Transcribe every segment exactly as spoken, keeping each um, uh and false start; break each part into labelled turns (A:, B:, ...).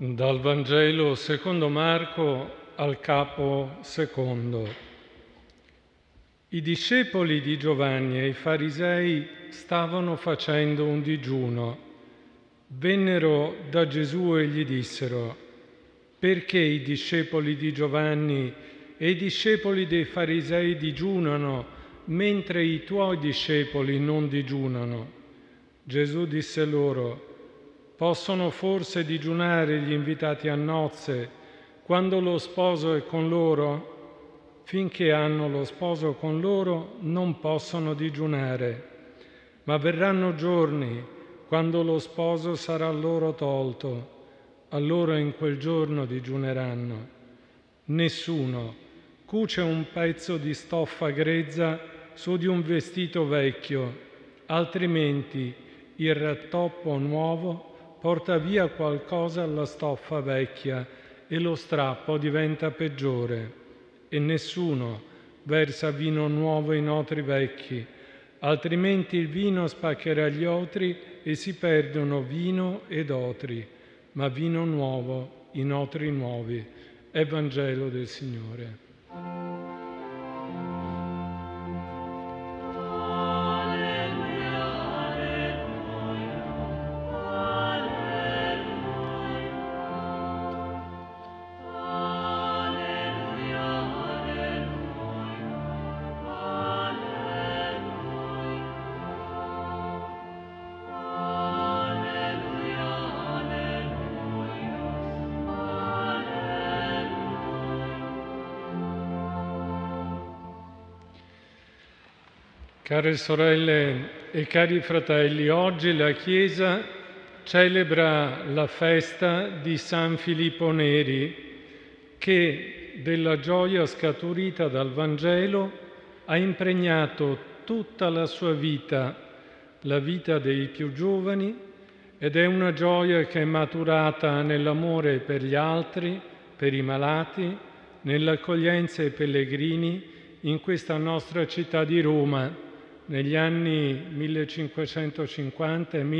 A: Dal Vangelo secondo Marco al capo secondo. I discepoli di Giovanni e i farisei stavano facendo un digiuno. Vennero da Gesù e gli dissero: «Perché i discepoli di Giovanni e i discepoli dei farisei digiunano, mentre i tuoi discepoli non digiunano?» Gesù disse loro: «Possono forse digiunare gli invitati a nozze quando lo sposo è con loro? Finché hanno lo sposo con loro non possono digiunare. Ma verranno giorni quando lo sposo sarà loro tolto. Allora in quel giorno digiuneranno. Nessuno cuce un pezzo di stoffa grezza su di un vestito vecchio, altrimenti il rattoppo nuovo porta via qualcosa alla stoffa vecchia e lo strappo diventa peggiore. E nessuno versa vino nuovo in otri vecchi, altrimenti il vino spaccherà gli otri e si perdono vino ed otri, ma vino nuovo in otri nuovi. Evangelo del Signore. Care sorelle e cari fratelli, oggi la Chiesa celebra la festa di San Filippo Neri, che della gioia scaturita dal Vangelo ha impregnato tutta la sua vita, la vita dei più giovani, ed è una gioia che è maturata nell'amore per gli altri, per i malati, nell'accoglienza ai pellegrini in questa nostra città di Roma, negli anni millecinquecentocinquanta e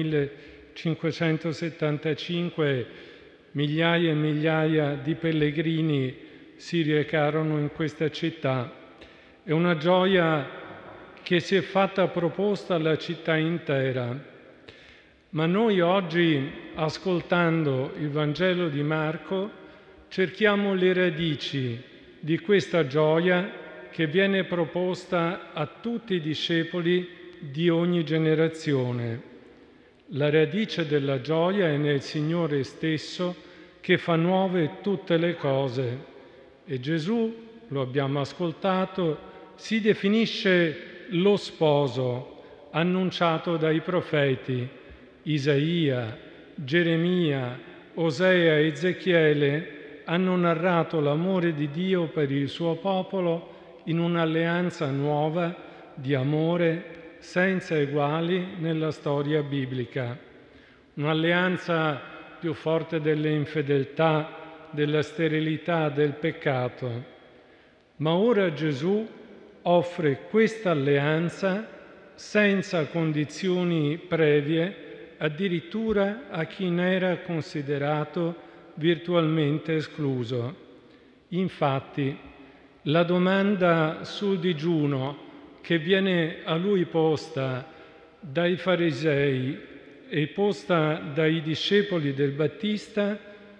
A: millecinquecentosettantacinque migliaia e migliaia di pellegrini si recarono in questa città. È una gioia che si è fatta proposta alla città intera. Ma noi oggi, ascoltando il Vangelo di Marco, cerchiamo le radici di questa gioia che viene proposta a tutti i discepoli di ogni generazione. La radice della gioia è nel Signore stesso che fa nuove tutte le cose. E Gesù, lo abbiamo ascoltato, si definisce lo sposo annunciato dai profeti. Isaia, Geremia, Osea e Ezechiele hanno narrato l'amore di Dio per il suo popolo in un'alleanza nuova di amore senza eguali nella storia biblica. Un'alleanza più forte delle infedeltà, della sterilità, del peccato. Ma ora Gesù offre questa alleanza senza condizioni previe, addirittura a chi ne era considerato virtualmente escluso. Infatti, la domanda sul digiuno che viene a lui posta dai farisei e posta dai discepoli del Battista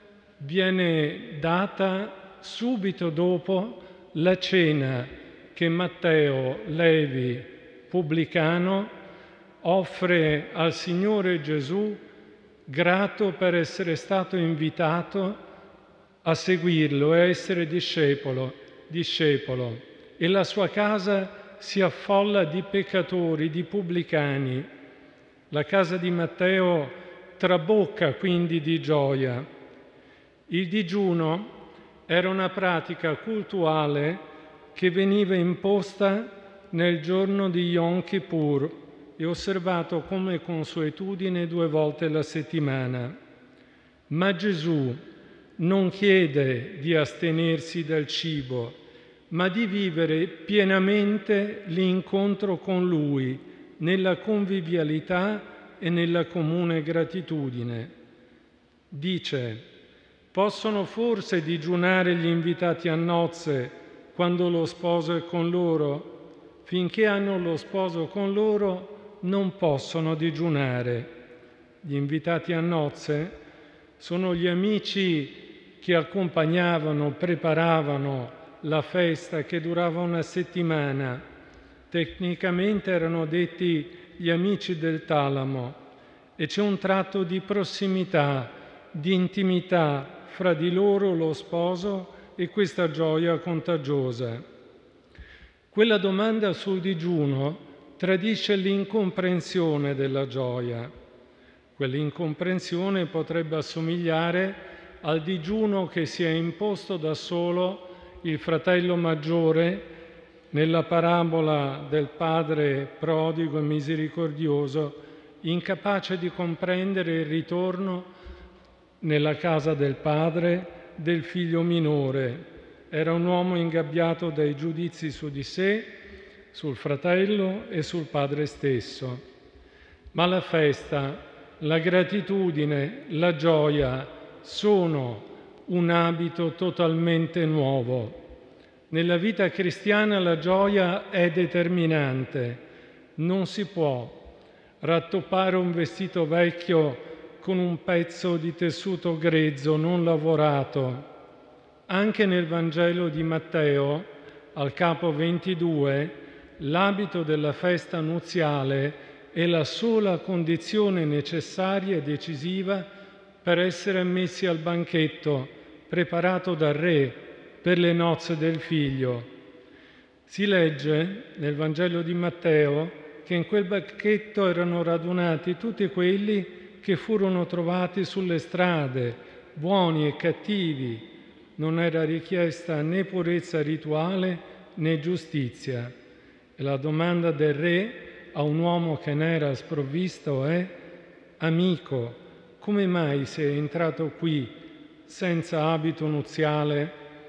A: viene data subito dopo la cena che Matteo Levi, pubblicano, offre al Signore Gesù, grato per essere stato invitato a seguirlo e a essere discepolo. discepolo e la sua casa si affolla di peccatori, di pubblicani. La casa di Matteo trabocca quindi di gioia. Il digiuno era una pratica cultuale che veniva imposta nel giorno di Yom Kippur e osservato come consuetudine due volte alla settimana. Ma Gesù non chiede di astenersi dal cibo, ma di vivere pienamente l'incontro con Lui nella convivialità e nella comune gratitudine. Dice: Possono forse digiunare gli invitati a nozze quando lo sposo è con loro? Finché hanno lo sposo con loro non possono digiunare. Gli invitati a nozze sono gli amici che accompagnavano, preparavano la festa che durava una settimana. Tecnicamente erano detti gli amici del talamo e c'è un tratto di prossimità, di intimità fra di loro, lo sposo, e questa gioia contagiosa. Quella domanda sul digiuno tradisce l'incomprensione della gioia. Quell'incomprensione potrebbe assomigliare al digiuno che si è imposto da solo il fratello maggiore nella parabola del padre prodigo e misericordioso, incapace di comprendere il ritorno nella casa del padre del figlio minore. Era un uomo ingabbiato dai giudizi su di sé, sul fratello e sul padre stesso. Ma la festa, la gratitudine, la gioia sono un abito totalmente nuovo. Nella vita cristiana la gioia è determinante. Non si può rattoppare un vestito vecchio con un pezzo di tessuto grezzo non lavorato. Anche nel Vangelo di Matteo, al capo ventidue, l'abito della festa nuziale è la sola condizione necessaria e decisiva per essere ammessi al banchetto preparato dal Re per le nozze del Figlio. Si legge nel Vangelo di Matteo che in quel banchetto erano radunati tutti quelli che furono trovati sulle strade, buoni e cattivi. Non era richiesta né purezza rituale né giustizia. E la domanda del Re a un uomo che n'era sprovvisto è: amico, come mai sei entrato qui senza abito nuziale?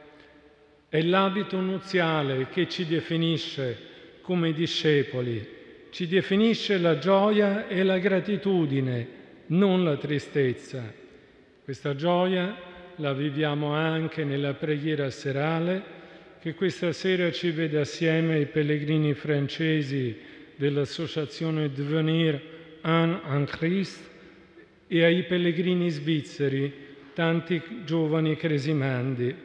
A: È l'abito nuziale che ci definisce come discepoli, ci definisce la gioia e la gratitudine, non la tristezza. Questa gioia la viviamo anche nella preghiera serale, che questa sera ci vede assieme ai pellegrini francesi dell'associazione Devenir un en Christ e ai pellegrini svizzeri, tanti giovani cresimandi.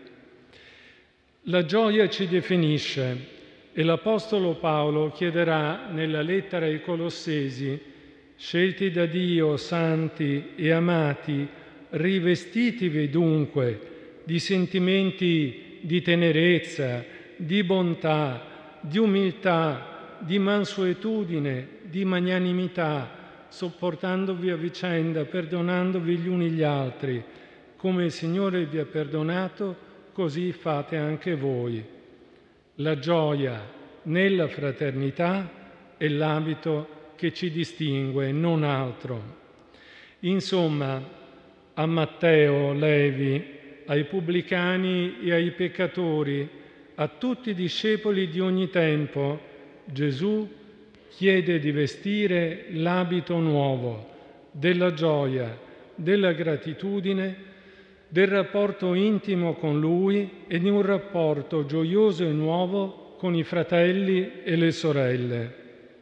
A: La gioia ci definisce e l'Apostolo Paolo chiederà nella lettera ai Colossesi: scelti da Dio, santi e amati, rivestitevi dunque di sentimenti di tenerezza, di bontà, di umiltà, di mansuetudine, di magnanimità, sopportandovi a vicenda, perdonandovi gli uni gli altri. Come il Signore vi ha perdonato, così fate anche voi. La gioia nella fraternità è l'abito che ci distingue, non altro. Insomma, a Matteo, Levi, ai pubblicani e ai peccatori, a tutti i discepoli di ogni tempo, Gesù chiede di vestire l'abito nuovo della gioia, della gratitudine, del rapporto intimo con Lui e di un rapporto gioioso e nuovo con i fratelli e le sorelle.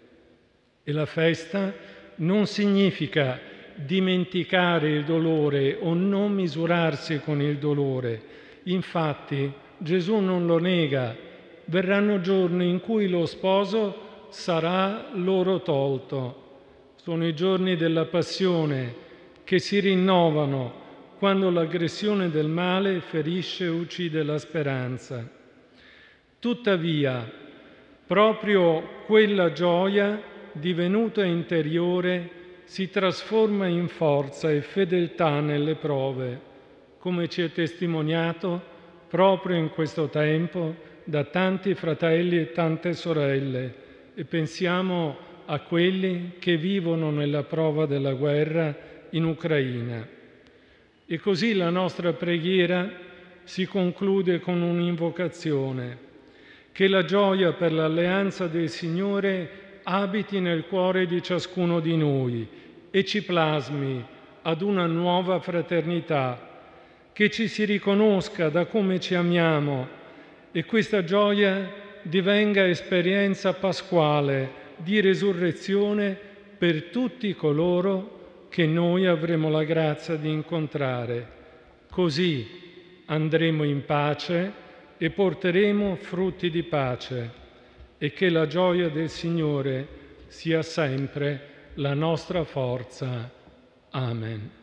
A: E la festa non significa dimenticare il dolore o non misurarsi con il dolore. Infatti, Gesù non lo nega. Verranno giorni in cui lo sposo sarà loro tolto. Sono i giorni della passione che si rinnovano quando l'aggressione del male ferisce e uccide la speranza. Tuttavia, proprio quella gioia divenuta interiore si trasforma in forza e fedeltà nelle prove, come ci è testimoniato proprio in questo tempo da tanti fratelli e tante sorelle, e pensiamo a quelli che vivono nella prova della guerra in Ucraina. E così la nostra preghiera si conclude con un'invocazione: che la gioia per l'alleanza del Signore abiti nel cuore di ciascuno di noi e ci plasmi ad una nuova fraternità, che ci si riconosca da come ci amiamo e questa gioia divenga esperienza pasquale di resurrezione per tutti coloro che noi avremo la grazia di incontrare. Così andremo in pace e porteremo frutti di pace, e che la gioia del Signore sia sempre la nostra forza. Amen.